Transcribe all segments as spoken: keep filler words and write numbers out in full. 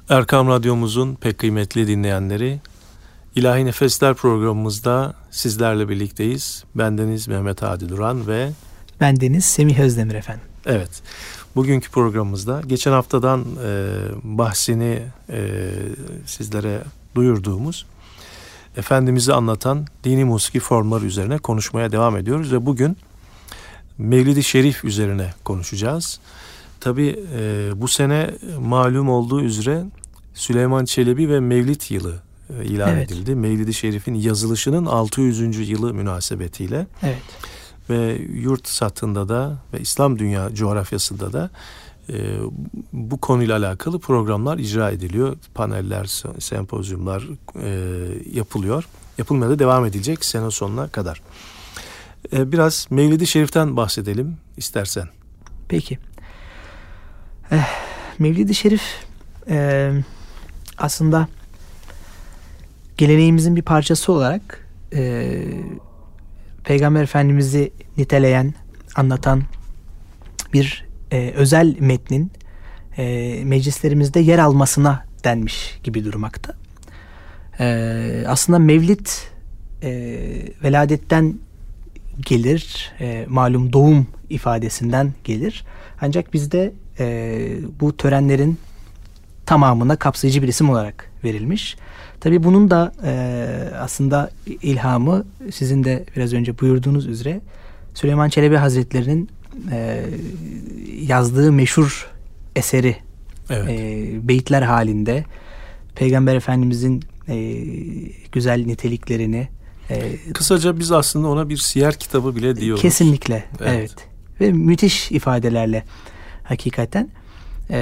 Erkam Radyomuzun pek kıymetli dinleyenleri, İlahi Nefesler programımızda sizlerle birlikteyiz. Bendeniz Mehmet Hadi Duran ve bendeniz Semih Özdemir efendim. Evet, bugünkü programımızda geçen haftadan e, bahsini e, sizlere duyurduğumuz Efendimiz'i anlatan dini musiki formları üzerine konuşmaya devam ediyoruz ve bugün Mevlid-i Şerif üzerine konuşacağız. Tabii e, bu sene malum olduğu üzere Süleyman Çelebi ve Mevlid yılı e, ilan evet. edildi. Mevlid-i Şerif'in yazılışının altı yüzüncü yılı münasebetiyle. Evet. Ve yurt satında da ve İslam dünya coğrafyasında da e, bu konuyla alakalı programlar icra ediliyor. Paneller, sempozyumlar e, yapılıyor. Yapılmaya da devam edilecek sene sonuna kadar. E, biraz Mevlid-i Şerif'ten bahsedelim istersen. Peki. Eh, Mevlid-i Şerif e, aslında geleneğimizin bir parçası olarak e, Peygamber Efendimiz'i niteleyen, anlatan bir e, özel metnin e, meclislerimizde yer almasına denmiş gibi durmakta. E, aslında Mevlid e, veladetten gelir, e, malum doğum ifadesinden gelir. Ancak bizde e, bu törenlerin tamamına kapsayıcı bir isim olarak verilmiş. Tabii bunun da e, aslında ilhamı sizin de biraz önce buyurduğunuz üzere Süleyman Çelebi Hazretleri'nin e, yazdığı meşhur eseri, evet. e, beyitler halinde Peygamber Efendimizin e, güzel niteliklerini e, kısaca biz aslında ona bir siyer kitabı bile diyoruz. Kesinlikle, evet. evet. Ve müthiş ifadelerle hakikaten e,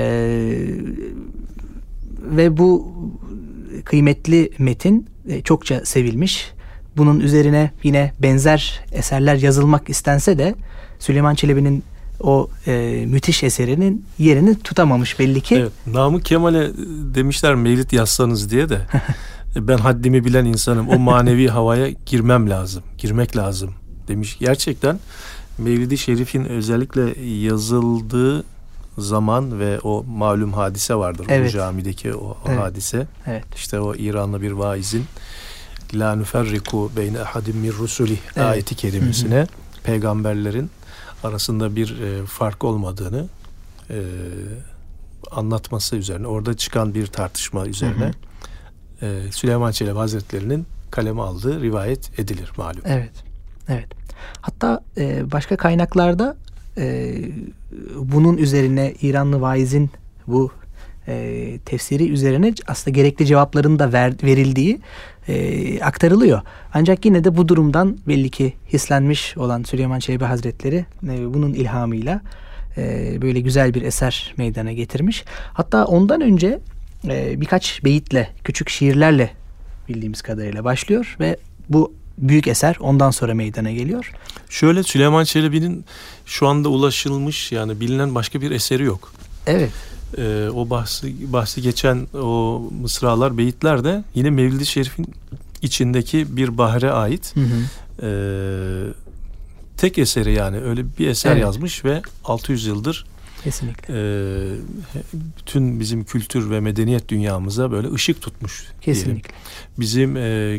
ve bu kıymetli metin çokça sevilmiş. Bunun üzerine yine benzer eserler yazılmak istense de Süleyman Çelebi'nin o e, müthiş eserinin yerini tutamamış belli ki. Evet, Namık Kemal'e demişler Mevlid yazsanız diye de ben haddimi bilen insanım. O manevi havaya girmem lazım. Girmek lazım demiş. Gerçekten Mevlid-i Şerif'in özellikle yazıldığı zaman ve o malum hadise vardır. Evet. O camideki o, o evet. hadise. Evet. İşte o İranlı bir vaizin La nüferriku beyne ahadim min rusulih evet. ayeti kerimesine, hı hı. peygamberlerin arasında bir e, fark olmadığını e, anlatması üzerine, orada çıkan bir tartışma üzerine hı hı. E, Süleyman Çelebi Hazretleri'nin kaleme aldığı rivayet edilir malum. Evet. Evet. Hatta e, başka kaynaklarda e, bunun üzerine İranlı vaizin bu e, tefsiri üzerine aslında gerekli cevapların da ver, verildiği e, aktarılıyor. Ancak yine de bu durumdan belli ki hislenmiş olan Süleyman Çelebi Hazretleri e, bunun ilhamıyla e, böyle güzel bir eser meydana getirmiş. Hatta ondan önce e, birkaç beyitle, küçük şiirlerle bildiğimiz kadarıyla başlıyor ve bu büyük eser ondan sonra meydana geliyor. Şöyle, Süleyman Çelebi'nin şu anda ulaşılmış, yani bilinen başka bir eseri yok. Evet. Ee, o bahsi, bahsi geçen o mısralar, beyitler de yine Mevlid-i Şerif'in içindeki bir bahre ait. Hı hı. Ee, tek eseri, yani öyle bir eser evet. yazmış ve altı yüz yıldır kesinlikle e, bütün bizim kültür ve medeniyet dünyamıza böyle ışık tutmuş. Kesinlikle. Diyelim. Bizim e,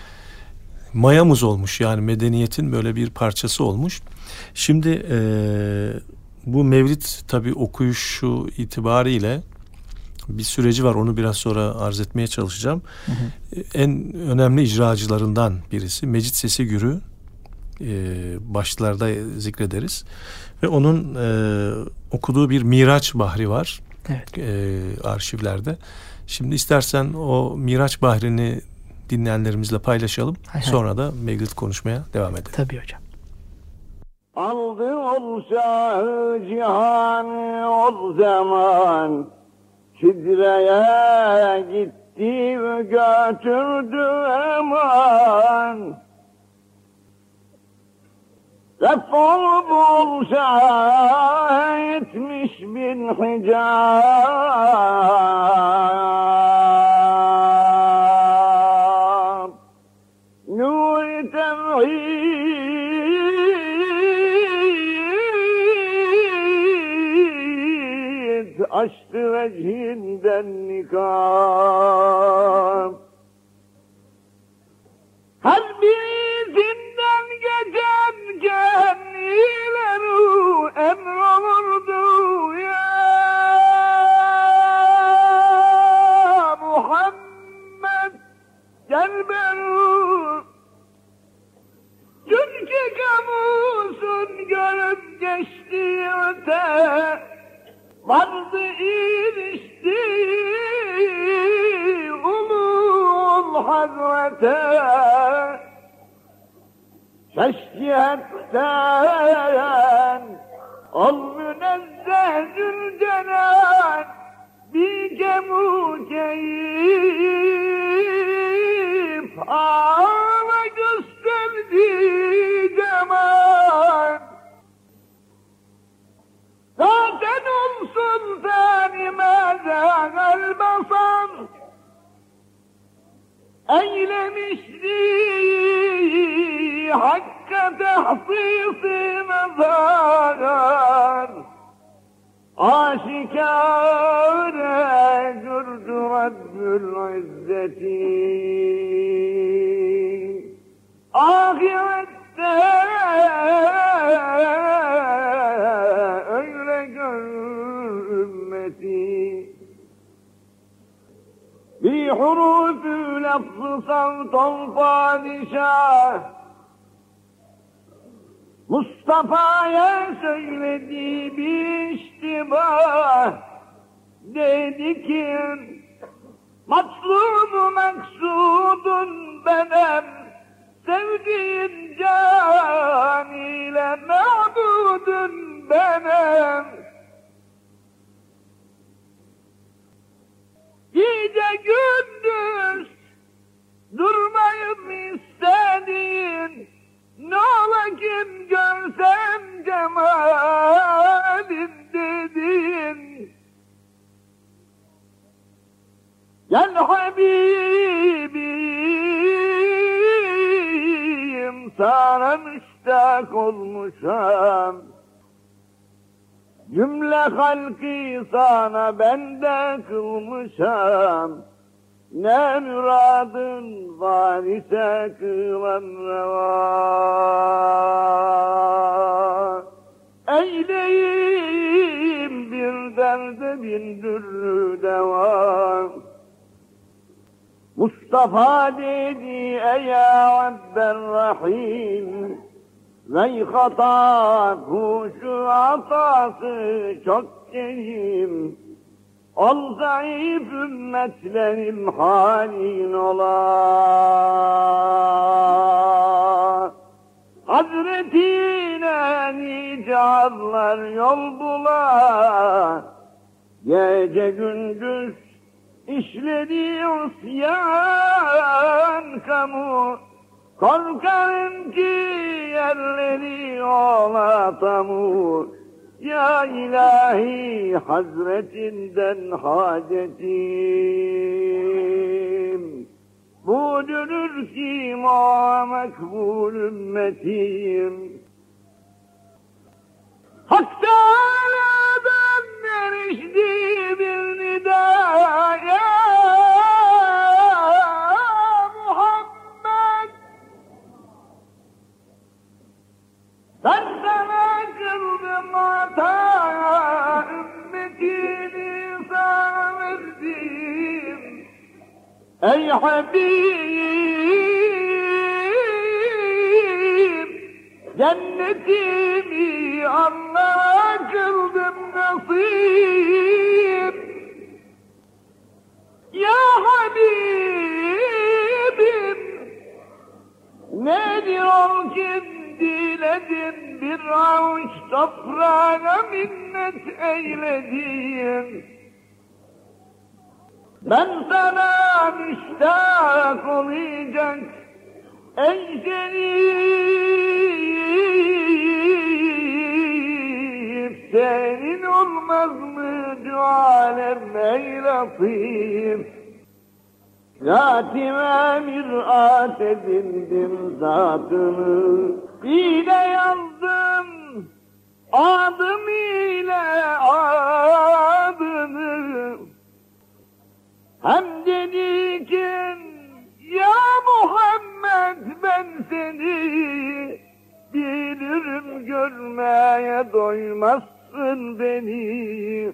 mayamız olmuş, yani medeniyetin böyle bir parçası olmuş. Şimdi e, bu Mevlid tabii okuyuşu itibariyle bir süreci var, onu biraz sonra arz etmeye çalışacağım. Hı hı. En önemli icracılarından birisi Mecit Sesi Gürü, e, başlarda zikrederiz ve onun e, okuduğu bir Miraç Bahri var. Evet. E, arşivlerde. Şimdi istersen o Miraç Bahri'ni dinleyenlerimizle paylaşalım. Hay hay. Sonra da Mevlid konuşmaya devam edelim. Tabii hocam. Aldı ol şahı cihan o zaman, Kidre'ye gitti götürdü eman. Defol bulsa etmiş bin hicab, nur-i tevhid açtı vecihinden çıkar. Her birinden geçerken ileri emrolurdu ya Muhammed gel beru. Çünkü kamusun görüp geçti öte, vardı ilişti ulul hazrete. Teşkiyetten ol münezzeh zülcelal, bir kemu keyif ağla gösterdi cemal. Zaten ol sultan-ı mezâgal basar, eylemişti hakka tahsisi nazar. Aşikâre gürdü Rabbül İzzeti, ahirette öyle gör ümmeti. Bir hurufü lafzı savt ol padişah, Mustafa'ya söylediği bir iştibah. Dedi ki matlub maksudun benim, sevdiğin can ile mabudun benim. Gece gündüz durmayıp istediğin, ne ola kim görsem cemalin dedin. Gel Habibim, sana müştak olmuşam. Cümle halkı sana bende kılmışam. Ne müradın var ise kılan reva. Eyleyim bir derde bin dürrü deva. Mustafa dedi ey Abderrahim, vey hata kuşu hatası çok kerim. Ol zayıf ümmetlerim halin ola. Hazretine nice arlar yol bula. Gece gündüz işledi usyan kamu. Korkarım ki yerleri ola tamu. Ya ilahi hazretinden hacetim, budur ki ma mekbul ümmetim. Hak Teâlâ'dan erişti bir nida ya Muhammed. Ben sana kıldım hata, ümmetini sana verdim. Ey Habib, cennetimi Allah'a kıldım nasip. Ya Habibim, nedir ol ki diledin, bir avuç toprağa minnet eyledin. Ben sana müştak olacak ey şerif, senin olmaz mı dualem ey latif. Zatime mirat edindim zatını, ile yazdım adım ile adını. Hem dedi ki ya Muhammed ben seni bilirim, görmeye doymazsın beni.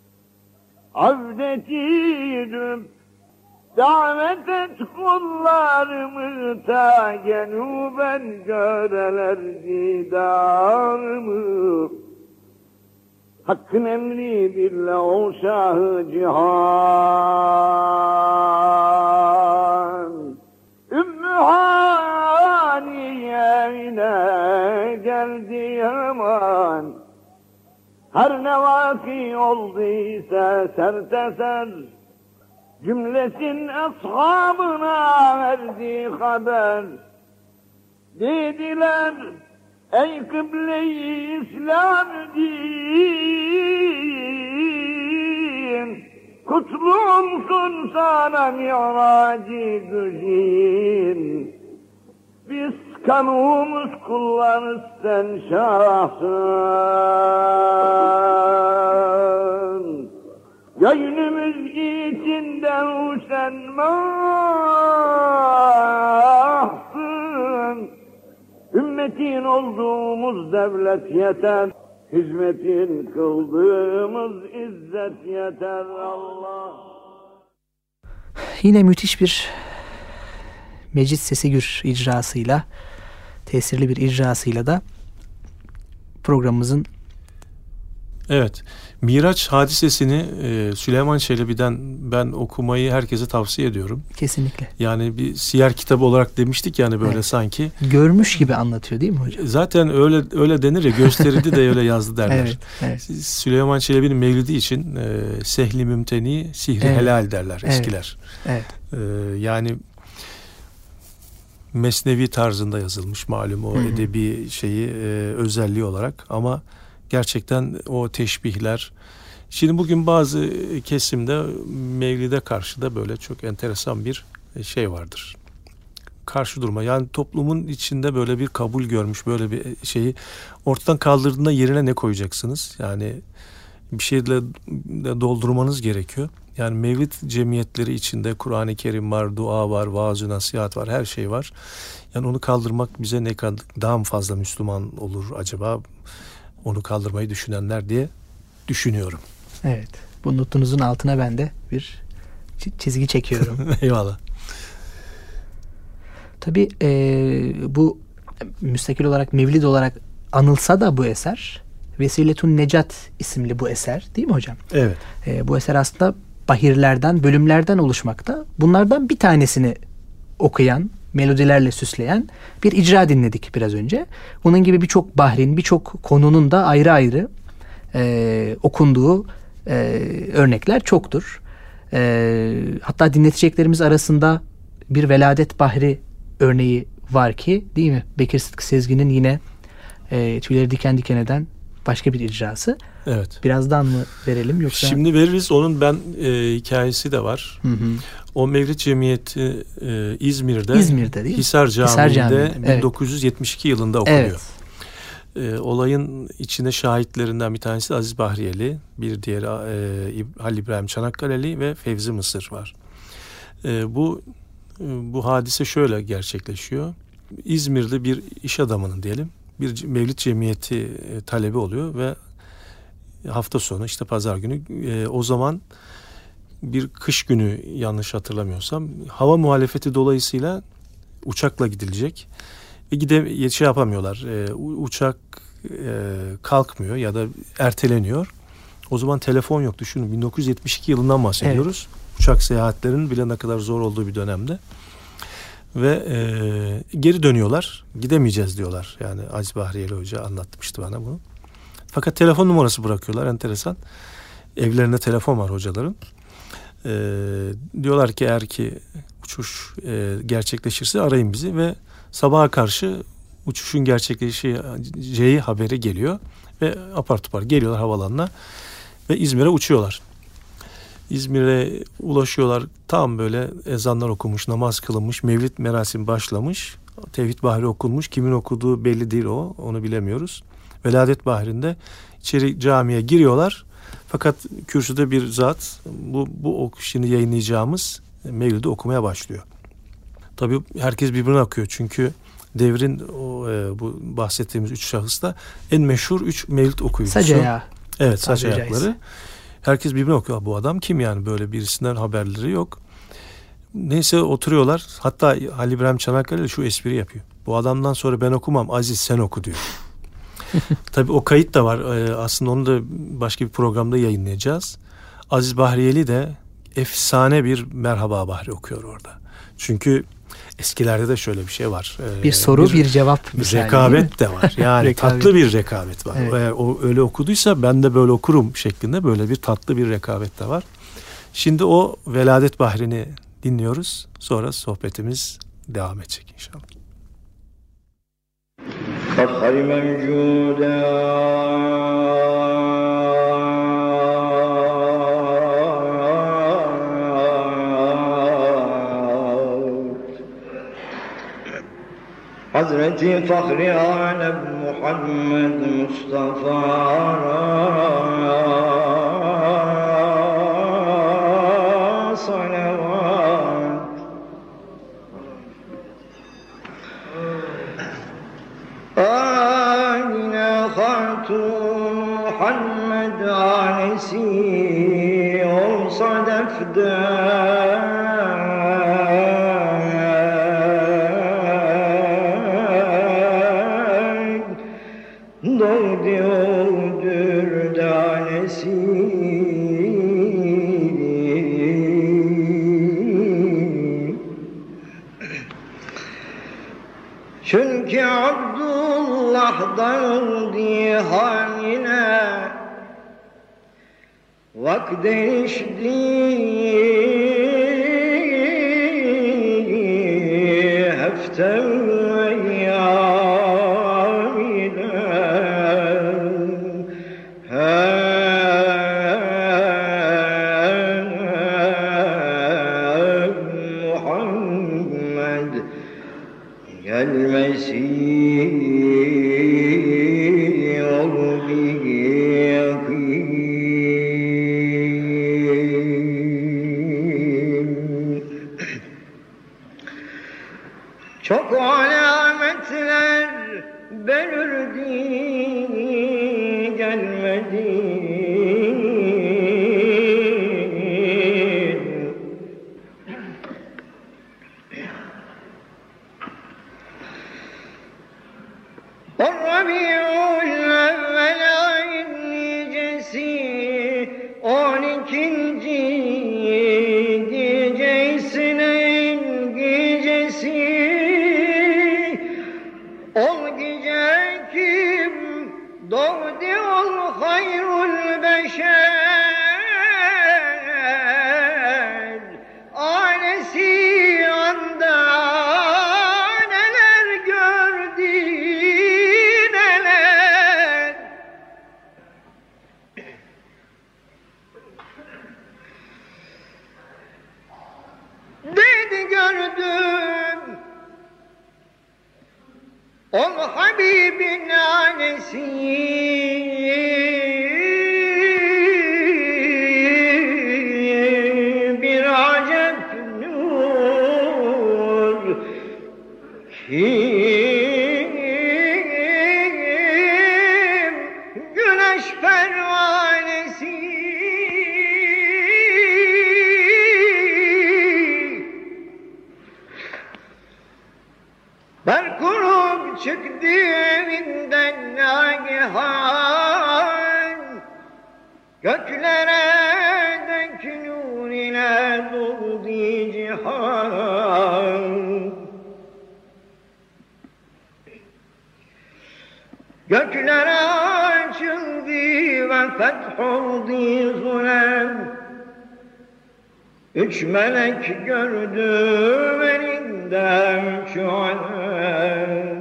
Avdetiydim davet et kullarımı, ta genuben göreler didarımı. Hakkın emri birle o şahı cihan, Ümmü Haniye evine geldi hemen. Her ne vaki olduysa serteser, cümlesin ashabına verdi haber. Dediler ey kıble-i İslam din, kutlu olsun sana mi'raci gücün. Biz kanumuz kullarız, sen şahsın. Gönlümüz içinde sen mahsın. Ümmetin olduğumuz devlet yeter, hizmetin kıldığımız izzet yeter Allah. Yine müthiş bir meclis sesi gür icrasıyla, tesirli bir icrasıyla da programımızın Evet, Miraç hadisesini e, Süleyman Çelebi'den ben okumayı herkese tavsiye ediyorum. kesinlikle Yani bir siyer kitabı olarak demiştik yani böyle Evet. sanki. görmüş gibi anlatıyor değil mi hocam? Zaten öyle öyle denir ya, gösterildi de öyle yazdı derler. Evet, evet. Süleyman Çelebi'nin mevlidi için e, sehli mümteni, sihri Evet. helal derler Evet. eskiler. Evet. E, yani mesnevi tarzında yazılmış malum o Hı hı. edebi şeyi e, özelliği olarak, ama gerçekten o teşbihler. Şimdi bugün bazı kesimde mevlide karşı da böyle çok enteresan bir şey vardır. Karşı durma. Yani toplumun içinde böyle bir kabul görmüş böyle bir şeyi ortadan kaldırdığında yerine ne koyacaksınız? Yani bir şeyle doldurmanız gerekiyor. Yani mevlid cemiyetleri içinde Kur'an-ı Kerim var, dua var, vaaz-ı nasihat var, her şey var. Yani onu kaldırmak bize ne kadar daha mı fazla Müslüman olur acaba? Onu kaldırmayı düşünenler diye düşünüyorum. Evet. Bu notunuzun altına ben de bir çizgi çekiyorum. Eyvallah. Tabii e, bu müstakil olarak mevlid olarak anılsa da bu eser Vesiletun Necat isimli bu eser değil mi hocam? Evet. E, bu eser aslında bahirlerden, bölümlerden oluşmakta. Bunlardan bir tanesini okuyan, melodilerle süsleyen bir icra dinledik biraz önce. Bunun gibi birçok bahrin, birçok konunun da ayrı ayrı e, okunduğu e, örnekler çoktur. E, hatta dinleteceklerimiz arasında bir veladet bahri örneği var ki değil mi? Bekir Sıtkı Sezgin'in yine e, tüyleri diken diken eden başka bir icrası. Evet. Birazdan mı verelim yoksa? Şimdi veririz. Onun ben e, hikayesi de var. Hı hı. O Mevlid Cemiyeti e, İzmir'de, İzmir'de değil mi? Hisar Camii'nde, Hisar Camii'de, evet. bin dokuz yüz yetmiş iki yılında okunuyor. Evet. E, olayın içinde şahitlerinden bir tanesi Aziz Bahriyeli, bir diğeri e, Halil İbrahim Çanakkale'li ve Fevzi Mısır var. E, bu e, bu hadise şöyle gerçekleşiyor. İzmir'de bir iş adamının diyelim bir Mevlid Cemiyeti e, talebi oluyor ve hafta sonu işte pazar günü e, o zaman bir kış günü yanlış hatırlamıyorsam hava muhalefeti dolayısıyla uçakla gidilecek ve gide şey yapamıyorlar. E, uçak e, kalkmıyor ya da erteleniyor. O zaman telefon yok, düşünün bin dokuz yüz yetmiş iki yılından bahsediyoruz. Evet. Uçak seyahatlerinin bile ne kadar zor olduğu bir dönemde. Ve e, geri dönüyorlar. Gidemeyeceğiz diyorlar. Yani Aziz Bahriyeli Hoca anlatmıştı bana bunu. Fakat telefon numarası bırakıyorlar, enteresan. Evlerinde telefon var hocaların. E, diyorlar ki eğer ki uçuş e, gerçekleşirse arayın bizi ve sabaha karşı uçuşun gerçekleşeceği haberi geliyor ve apar topar geliyorlar havalanına ve İzmir'e uçuyorlar. İzmir'e ulaşıyorlar. Tam böyle ezanlar okunmuş, namaz kılınmış, mevlid merasimi başlamış. Tevhid Bahri okunmuş. Kimin okuduğu belli değil o. Onu bilemiyoruz. Veladet Bahri'nde içeri camiye giriyorlar. Fakat kürsüde bir zat bu, bu ok, şimdi yayınlayacağımız mevlidi okumaya başlıyor. Tabii herkes birbirine akıyor çünkü devrin o, e, bu bahsettiğimiz üç şahıs da en meşhur üç mevlid okuyucusu. Saç ayağı. Evet, saç Tabiri ayakları. caizse. Herkes birbirine okuyor. Bu adam kim yani, böyle birisinden haberleri yok. Neyse oturuyorlar. Hatta Halil İbrahim Çanakkale şu espri yapıyor. Bu adamdan sonra ben okumam, Aziz sen oku diyor. Tabii o kayıt da var. Ee, aslında onu da başka bir programda yayınlayacağız. Aziz Bahriyeli de efsane bir Merhaba Bahri okuyor orada. Çünkü eskilerde de şöyle bir şey var. Ee, Bir soru bir, bir cevap. Bir rekabet de var. Yani tatlı bir rekabet var. Evet. Eğer o öyle okuduysa ben de böyle okurum şeklinde böyle bir tatlı bir rekabet de var. Şimdi o Veladet Bahri'ni dinliyoruz. Sonra sohbetimiz devam edecek inşallah. فخر موجودا Hazreti Fahri Alem Muhammed Mustafa salavat Aline Hatun Muhammed ailesi olsa defter Doğdu öldür danesi Çünkü Abdullah'dan dihanine vak değişti heftem ve yâmine Muhammed gelmesi ol bihi yakin Çok alametler belirdi gelmedi O Rabi'ül evvel ayın nicesi on ikinci gecesinin gecesi Ol gece kim doğdu ol hayrul beşer Ailesi anda neler gördü neler Dedi gördüm Ol Habibin annesi bir acep nur kim güneş pervanesi Ben kurup çıktı evinden nagihan Göklere dek nur ile doldu cihan Göklere açıldı ve fetholdu zulem Üç melek gördüm elinde üç alem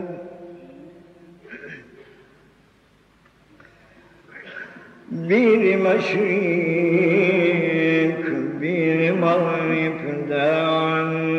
Bir meşrik, bir mağribden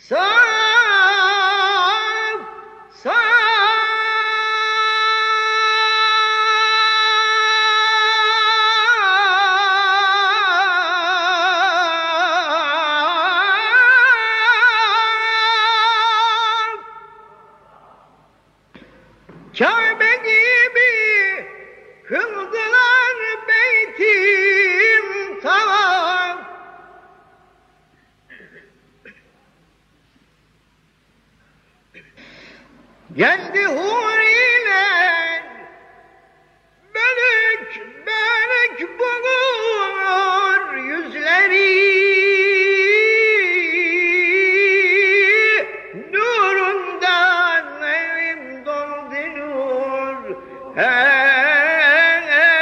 saf, saf. Kabe gibi kıldılar beytim tavaf. Geldi huriler, bölük bölük bulur yüzleri. Nurundan evim doldurur. Hem,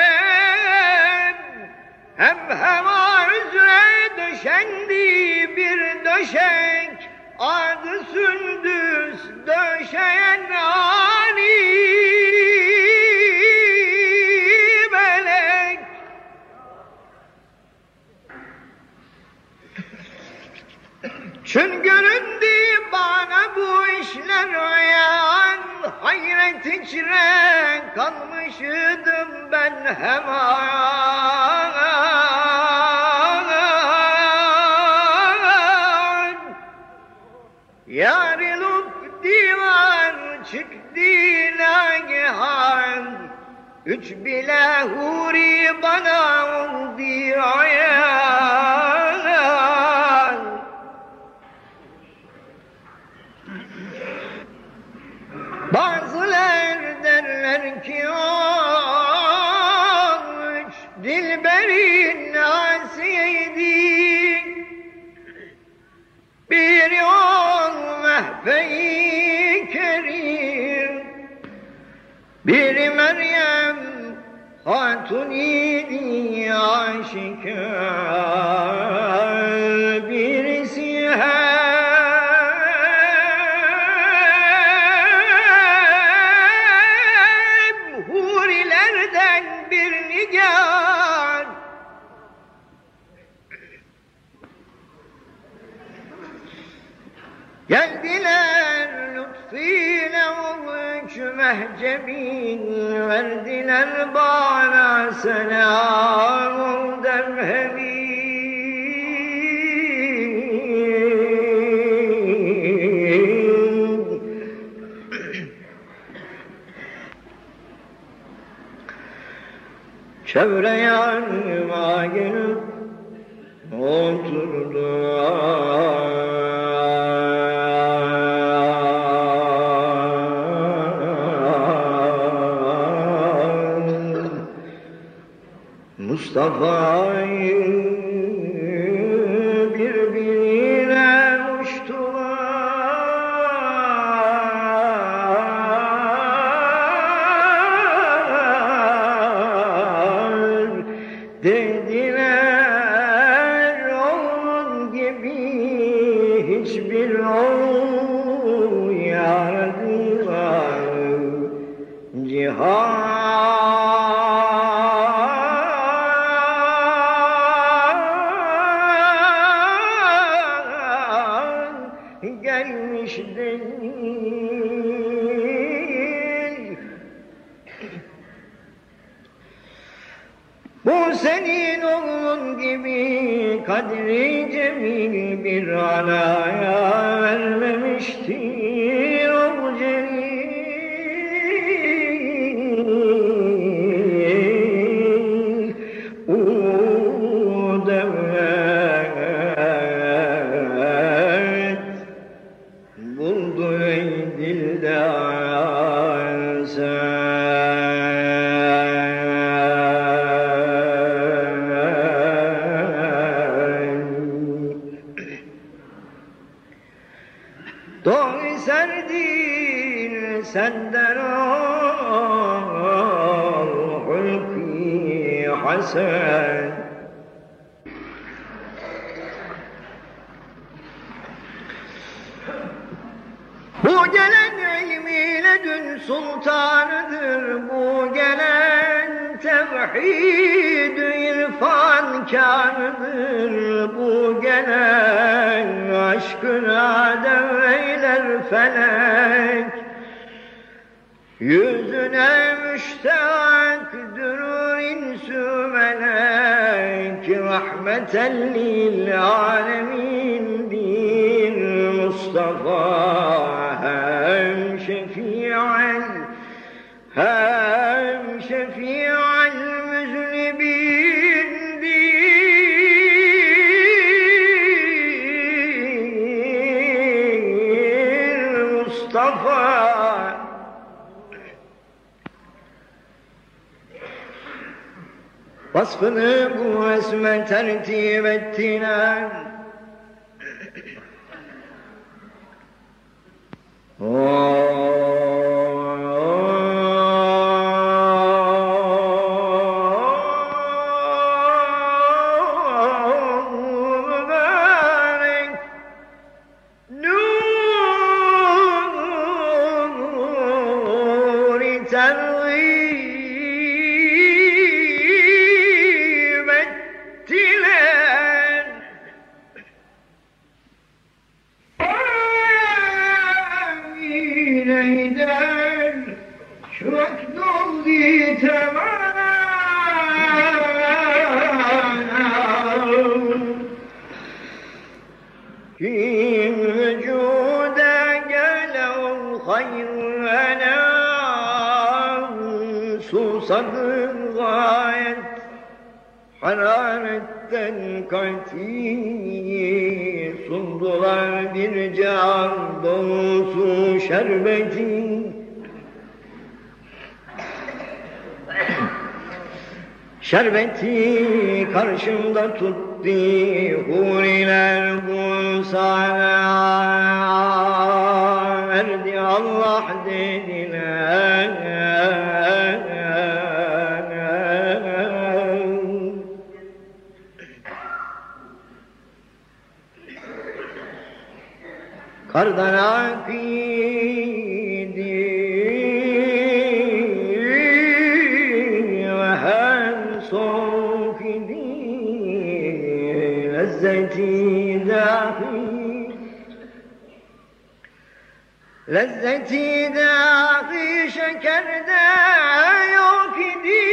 hem heva üzere döşendi bir döşek, adı sündüz döşeyen ani melek. Çün göründü bana bu işler oyan, hayret içre kalmışydım ben hemen. Yarılıp divan çıktı nagihan, üç bile huri bana oldu ayan. Bazılar derler ki o üç dilberin nasiydi, bir yol mehve-i kerim, bir Meryem hatun idi aşikar, birisi hem hurilerden bir nigar. Geldiler lütfiyle o üç mehcemin, verdiler bana selam ol derhemin. Çevre yanıma gelip oturdular. Mustafa'yı birbirine uçtular. Dediler onun gibi hiçbir oğul yaradılar. Cihan gelmiş değil. Bu senin oğlun gibi kadri cemil bir anaya vermemiştir o celil. O devlet buldu ey dildar sen. Doğru serdin senden ol hulki hasen. Bu gelen ilmiyle dün sultanıdır, bu gelen tevhid-i irfan kârıdır, bu gelen aşkına deveyler felek. Yüzüne müştak durur insü melek. Rahmeten lil alemindir Mustafa. Hem şefi'al hem şefi'al müznibindir Mustafa. Vasfını bu esme tertip ettiler. Mübarek nur-i tergib ettiler. Neyden çok doldu temanam. Kim vücuda gelev hayr enam. Susadım gayet hararetten kati. Sundular bir can dolusu şerbeti. Şerbeti karşımda tuttu huriler bu sana verdi Allah dediler. Kardan akidi ve hem soğuk idi. Lezzeti dahi Lezzeti dahi şekerde yok idi.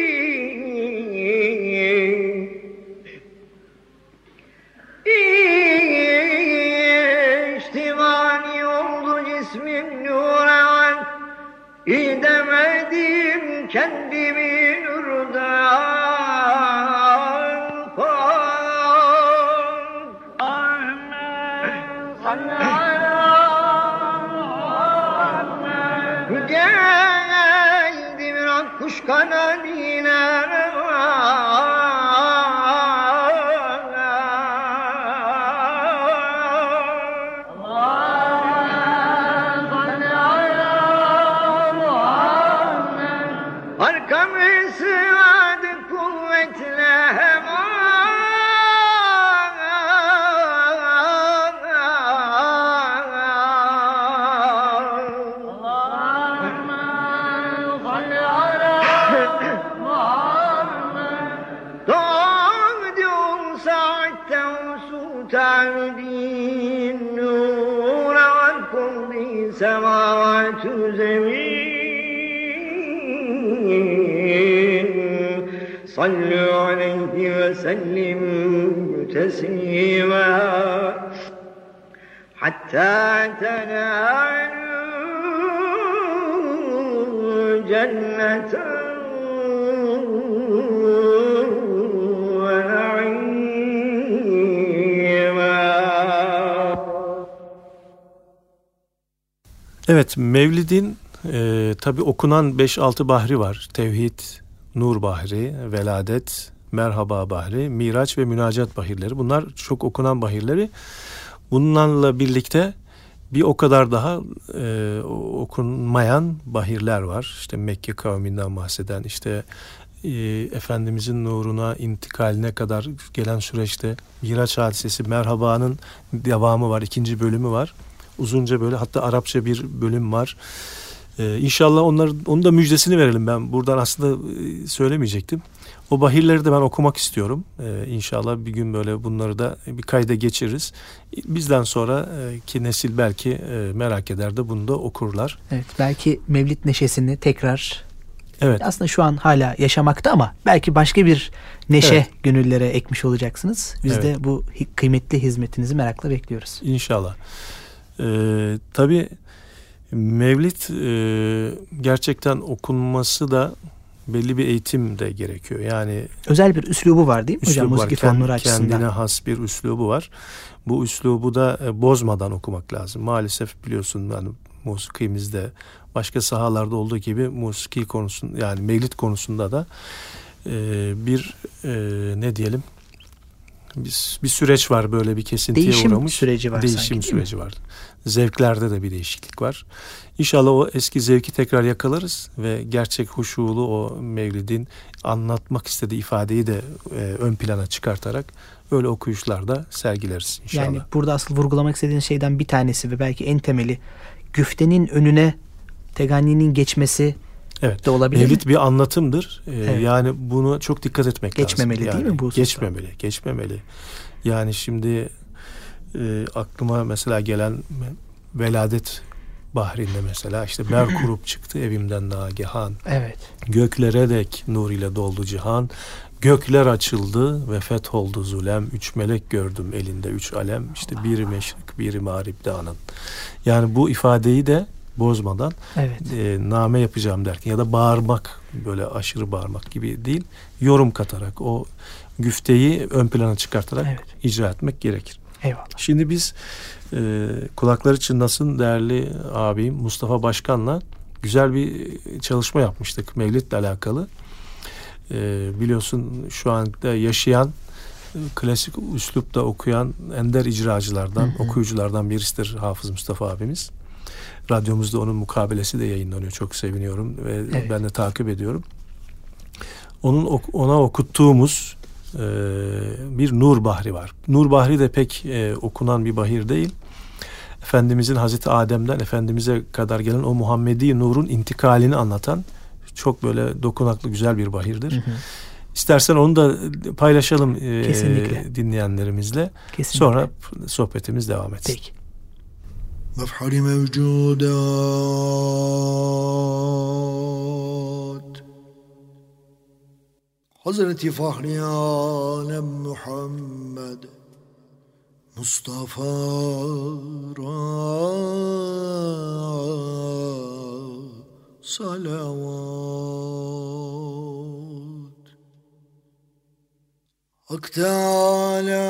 İçtimani oldu cismim nuran. İdemedim kendimi nurdan. Geldim kuş kanadına. Arkamı sığadı kuvvetle hemen. Doğdum saatte sultanudin nura var kulli semavatü zemin. Sallu aleyhi ve sellim teslima hatta tenalu cenneten ve na'ima. Evet, Mevlid'in e, tabi okunan beş altı bahri var. Tevhid, Nur bahri, Veladet, Merhaba bahri, Miraç ve Münacat bahirleri. Bunlar çok okunan bahirleri. Bunlarla birlikte bir o kadar daha e, okunmayan bahirler var. İşte Mekke kavminden bahseden, işte e, Efendimizin nuruna intikaline kadar gelen süreçte Miraç hadisesi, Merhaba'nın devamı var, ikinci bölümü var. Uzunca böyle, hatta Arapça bir bölüm var. Ee, inşallah onlar, onun da müjdesini verelim. Ben buradan aslında e, söylemeyecektim. O bahirleri de ben okumak istiyorum. Ee, inşallah bir gün böyle bunları da bir kayda geçiririz. Bizden sonra e, ki nesil belki e, merak eder de bunu da okurlar. Evet, belki Mevlid neşesini tekrar, Evet. aslında şu an hala yaşamakta ama belki başka bir neşe Evet. gönüllere ekmiş olacaksınız. Biz Evet. de bu hi- kıymetli hizmetinizi merakla bekliyoruz. İnşallah. Ee, tabii Mevlid e, gerçekten okunması da belli bir eğitim de gerekiyor. Yani Özel bir üslubu var değil mi hocam? üslubu var. Musiki Kend- formları açısından. Kendine has bir üslubu var. Bu üslubu da e, bozmadan okumak lazım. Maalesef biliyorsun, yani musikimizde başka sahalarda olduğu gibi musiki konusunda, yani mevlid konusunda da e, bir e, ne diyelim bir, bir süreç var, böyle bir kesintiye Değişim uğramış. süreci var Değişim sanki, değil süreci var. Zevklerde de bir değişiklik var. İnşallah o eski zevki tekrar yakalarız ve gerçek huşulu o mevlidin anlatmak istediği ifadeyi de e, ön plana çıkartarak öyle okuyuşlarda sergileriz inşallah. Yani burada asıl vurgulamak istediğiniz şeyden bir tanesi ve belki en temeli, güftenin önüne Teganni'nin geçmesi Evet. de olabilir Mevlid mi? bir anlatımdır. Ee, Evet. Yani bunu çok dikkat etmek Geçmemeli lazım. değil Yani mi bu hususta? Geçmemeli, geçmemeli. Yani şimdi e, aklıma mesela gelen veladet bahrinde mesela işte ber kurup çıktı evimden nagihan. Evet. Göklere dek nur ile doldu cihan. Gökler açıldı ve fetholdu zulem. Üç melek gördüm elinde üç alem. İşte biri meşrik, biri mağribde anın. Yani bu ifadeyi de bozmadan Evet. e, name yapacağım derken ya da bağırmak, böyle aşırı bağırmak gibi değil, yorum katarak o güfteyi ön plana çıkartarak Evet. icra etmek gerekir. Eyvallah. Şimdi biz e, kulakları çınlasın değerli abim Mustafa Başkan'la güzel bir çalışma yapmıştık Mevlid'le alakalı. E, biliyorsun şu anda yaşayan, e, klasik üslupta okuyan ender icracılardan, Hı hı. okuyuculardan birisidir Hafız Mustafa abimiz. Radyomuzda onun mukabelesi de yayınlanıyor. Çok seviniyorum ve Evet. ben de takip ediyorum. Onun ona okuttuğumuz e, bir Nur Bahri var. Nur Bahri de pek e, okunan bir bahir değil. Efendimizin Hazreti Adem'den Efendimiz'e kadar gelen o Muhammedi Nur'un intikalini anlatan çok böyle dokunaklı güzel bir bahirdir. Hı hı. İstersen onu da paylaşalım e, Kesinlikle. dinleyenlerimizle. Kesinlikle. Sonra sohbetimiz devam etsin. Peki. مفحر موجودات Hazreti Fahri Alem Muhammed Mustafa salavat Hak Teala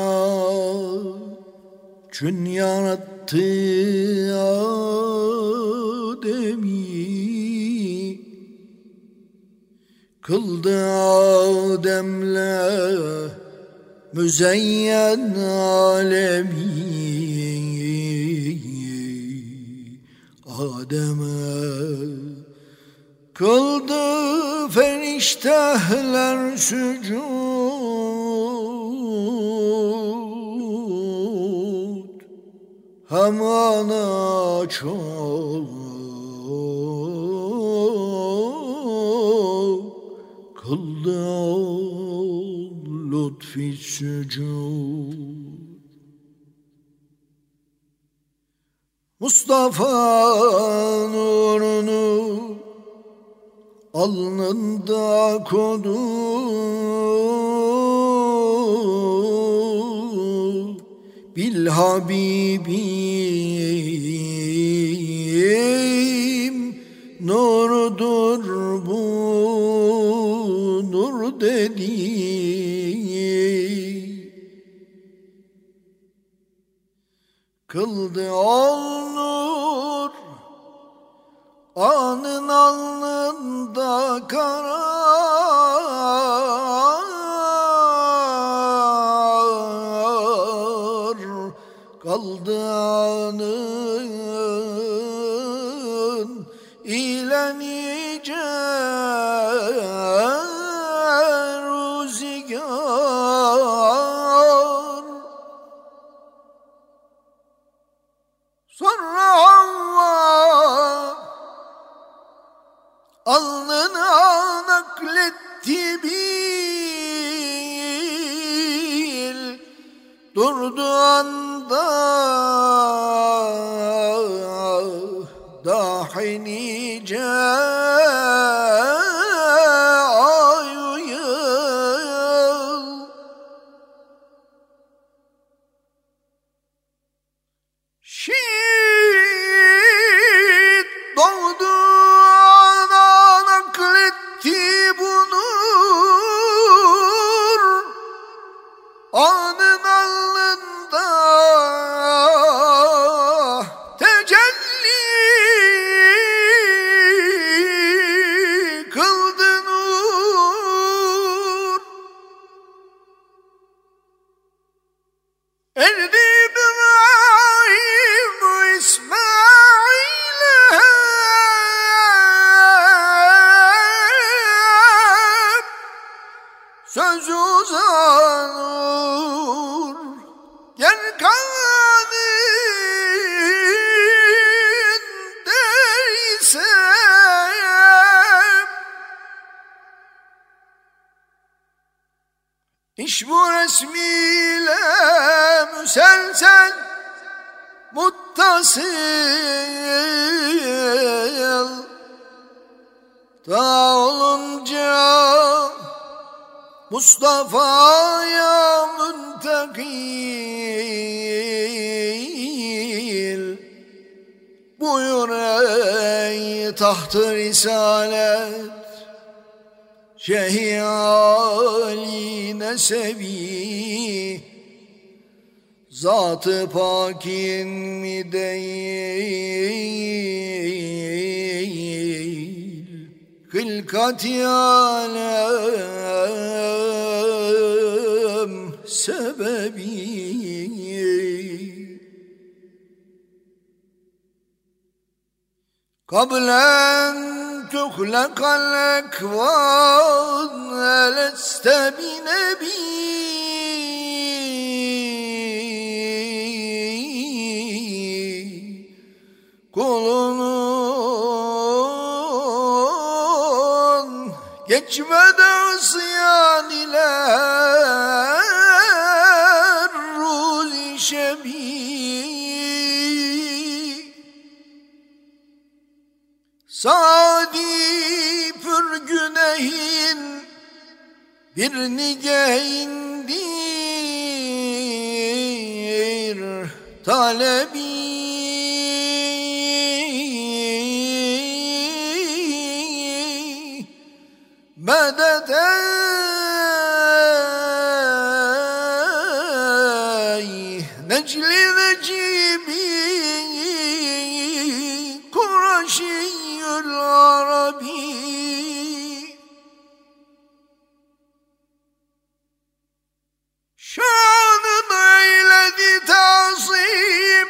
Çün yarattı Adem'i Kıldı Adem'le müzeyyen alemi Adem'e kıldı feriştehler sücud Hem ana çok kıldı lütfi sücud Mustafa nurunu alnında kodu Bil Habibim nurdur bu nur dedi Kıldı ol nur anın alnında karar kaldı anın ile nice rüzgar sonra Allah nice ay yıl. Şehit doğdu ana nakletti bunu anın alnında tecelli kıldı nur. Erdi İbrahim İsmail'e söz uzanır yer kanındaysa iş bu resmiyle müselsel muttasıl ta olunca Mustafa'ya müntekil buyur ey taht-ı risalet Şeyh Ali nesebi Zat-ı Pak'in mi değil Hılkat-ı alem sebebi. Kablen tuhlakal ekvan eleste bi nebi kulunun geçmede ısyan ile ruzi şebi Sadi pür günehin bir nigehindir talebi medet ey necli necibi Kur'aşiyyül Arabi şanın eyledi tazim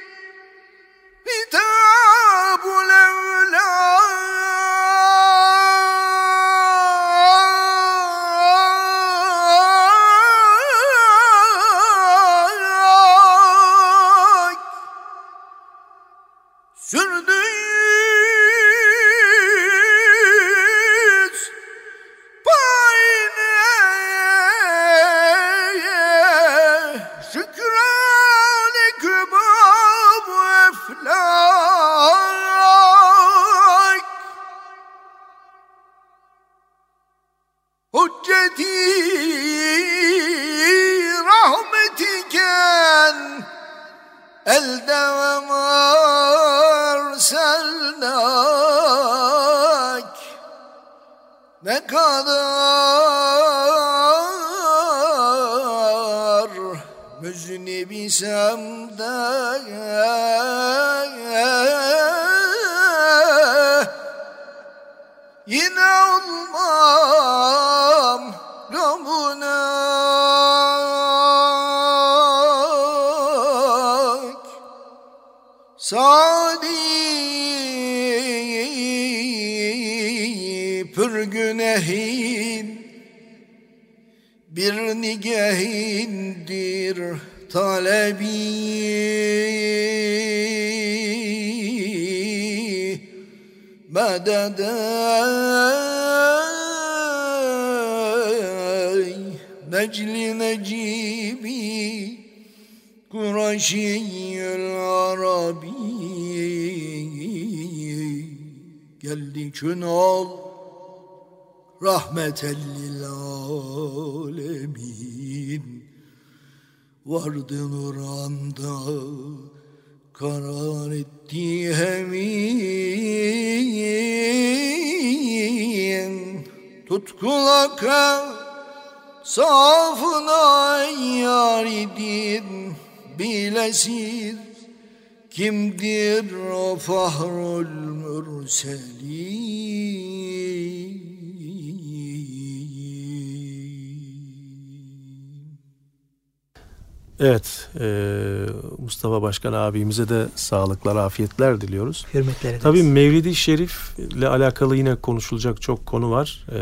Hitabul evlâ sürdüğüz payne şükrâne kübâb-ı eflâk hücceti rahmetiken elde ve marselnak ne kadar müznib isem de yine olmam gamına Sadi pür günehin bir nigehindir talebi medet ey necli necibi Kur'aşiyyül Arabi geldi kün ol rahmeten lil alemin. Vardı nuranda karar etti hemin. Tutkulaka safına yar idin bilesin. Kimdir o fahrul mürselin? Evet, e, Mustafa Başkan abimize de sağlıklar, afiyetler diliyoruz. Hürmetler ederiz. Tabii Mevlid-i Şerif ile alakalı yine konuşulacak çok konu var. E,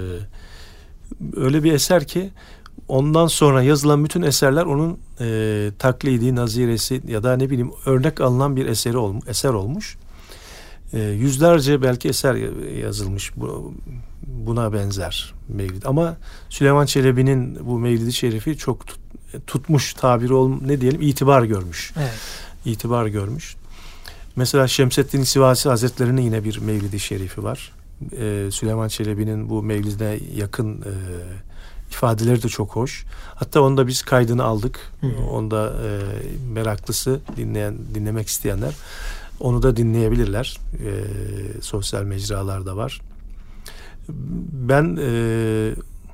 öyle bir eser ki ondan sonra yazılan bütün eserler onun e, taklidi, naziresi ya da ne bileyim örnek alınan bir eseri olmuş, eser olmuş. E, yüzlerce belki eser yazılmış bu, buna benzer Mevlid. Ama Süleyman Çelebi'nin bu Mevlid-i Şerif'i çok tut, tutmuş tabiri ol, ne diyelim itibar görmüş. Evet. İtibar görmüş. Mesela Şemseddin Sivasi Hazretleri'nin yine bir Mevlid-i Şerifi var. E, Süleyman Çelebi'nin bu Mevlid'e yakın e, ifadeleri de çok hoş. Hatta onu da biz kaydını aldık. Hı hı. Onu da e, meraklısı dinleyen dinlemek isteyenler onu da dinleyebilirler. E, sosyal mecralarda var. Ben e,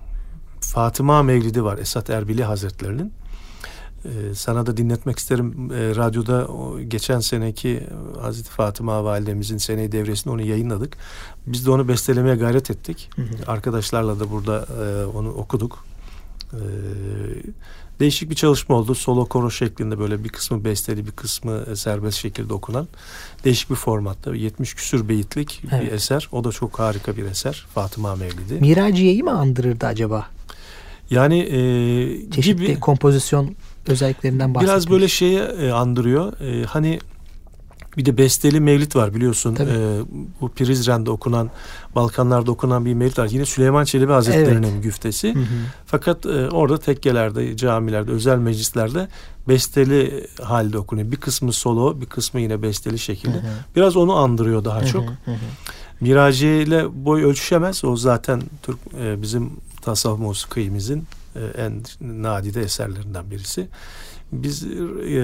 Fatıma Mevlidi var Esat Erbili Hazretleri'nin. E, sana da dinletmek isterim. E, radyoda o, geçen seneki Hazreti Fatıma Validemizin seneyi devresinde onu yayınladık. Biz de onu bestelemeye gayret ettik. Hı hı. Arkadaşlarla da burada e, onu okuduk. E, değişik bir çalışma oldu. Solo koro şeklinde böyle bir kısmı besteli, bir kısmı serbest şekilde okunan değişik bir formatta. yetmiş küsür beyitlik evet. bir eser. O da çok harika bir eser. Fatıma Mevlidi. Miraciye'yi mi andırırdı acaba? Yani e, çeşitli gibi, kompozisyon özelliklerinden bahsetmiş. Biraz böyle şeye e, andırıyor. E, hani bir de besteli mevlid var biliyorsun. E, bu Prizren'de okunan, Balkanlarda okunan bir mevlid var. Yine Süleyman Çelebi Hazretleri'nin evet. güftesi. Hı hı. Fakat e, orada tekkelerde, camilerde, özel meclislerde besteli halde okunuyor. Bir kısmı solo, bir kısmı yine besteli şekilde. Hı hı. Biraz onu andırıyor daha hı hı. çok. Hı hı. Miraciye ile boy ölçüşemez. O zaten Türk e, bizim tasavvuf musikimizin e, en nadide eserlerinden birisi. Biz e,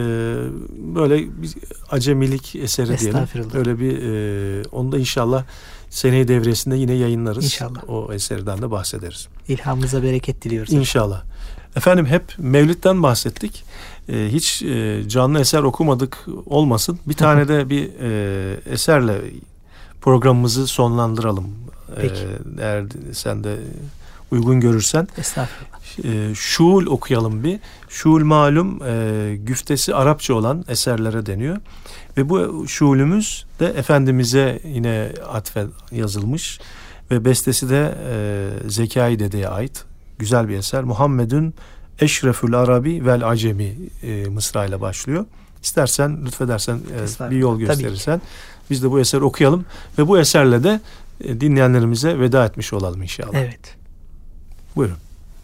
böyle bir acemilik eseri diyelim. Öyle bir e, onu da inşallah seneyi devresinde yine yayınlarız. İnşallah. O eserden de bahsederiz. İlhamımıza bereket diliyoruz. İnşallah. Efendim hep Mevlid'den bahsettik. E, hiç e, canlı eser okumadık olmasın. Bir tane de bir e, eserle programımızı sonlandıralım. Peki. E, eğer sen de uygun görürsen. Estağfurullah. E, şuul okuyalım bir. Şuul malum e, güftesi Arapça olan eserlere deniyor. Ve bu şuulümüz de Efendimiz'e yine atfen yazılmış. Ve bestesi de e, Zekai Dede'ye ait. Güzel bir eser. Muhammedun Eşrefül Arabi vel Acemi e, mısra ile başlıyor. İstersen lütfedersen e, bir yol gösterirsen biz de bu eseri okuyalım. Ve bu eserle de e, dinleyenlerimize veda etmiş olalım inşallah. Evet. Buyurun.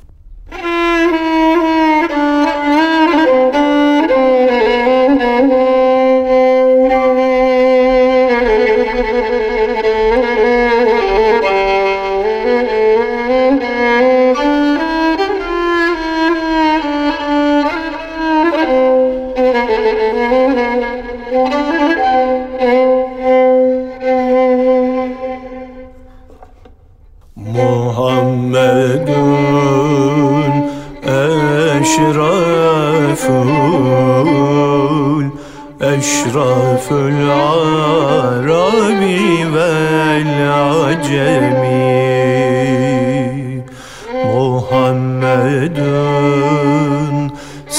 Eşrafül Arabi vel Acemi Muhammedun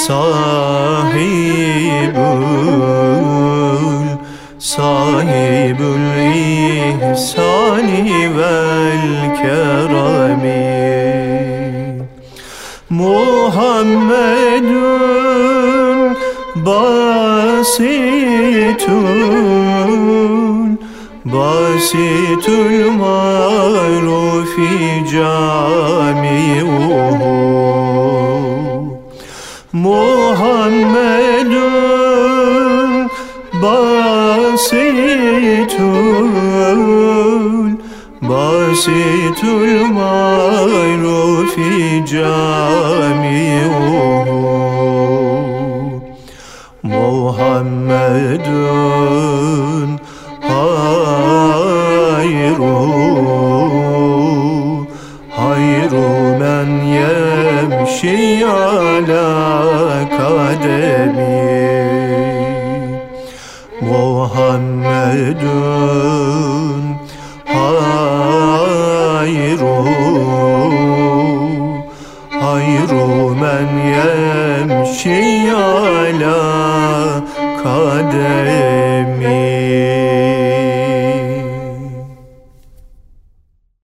sahibül sahibül ihsani vel kerami Muhammedun basitun basitül marufi camiuhu Muhammedun basitun basitül marufi cami'uhu Muhammedun hayru hayru men yemşi ala kademi Muhammedun hayru hayru men yemşi ala kademi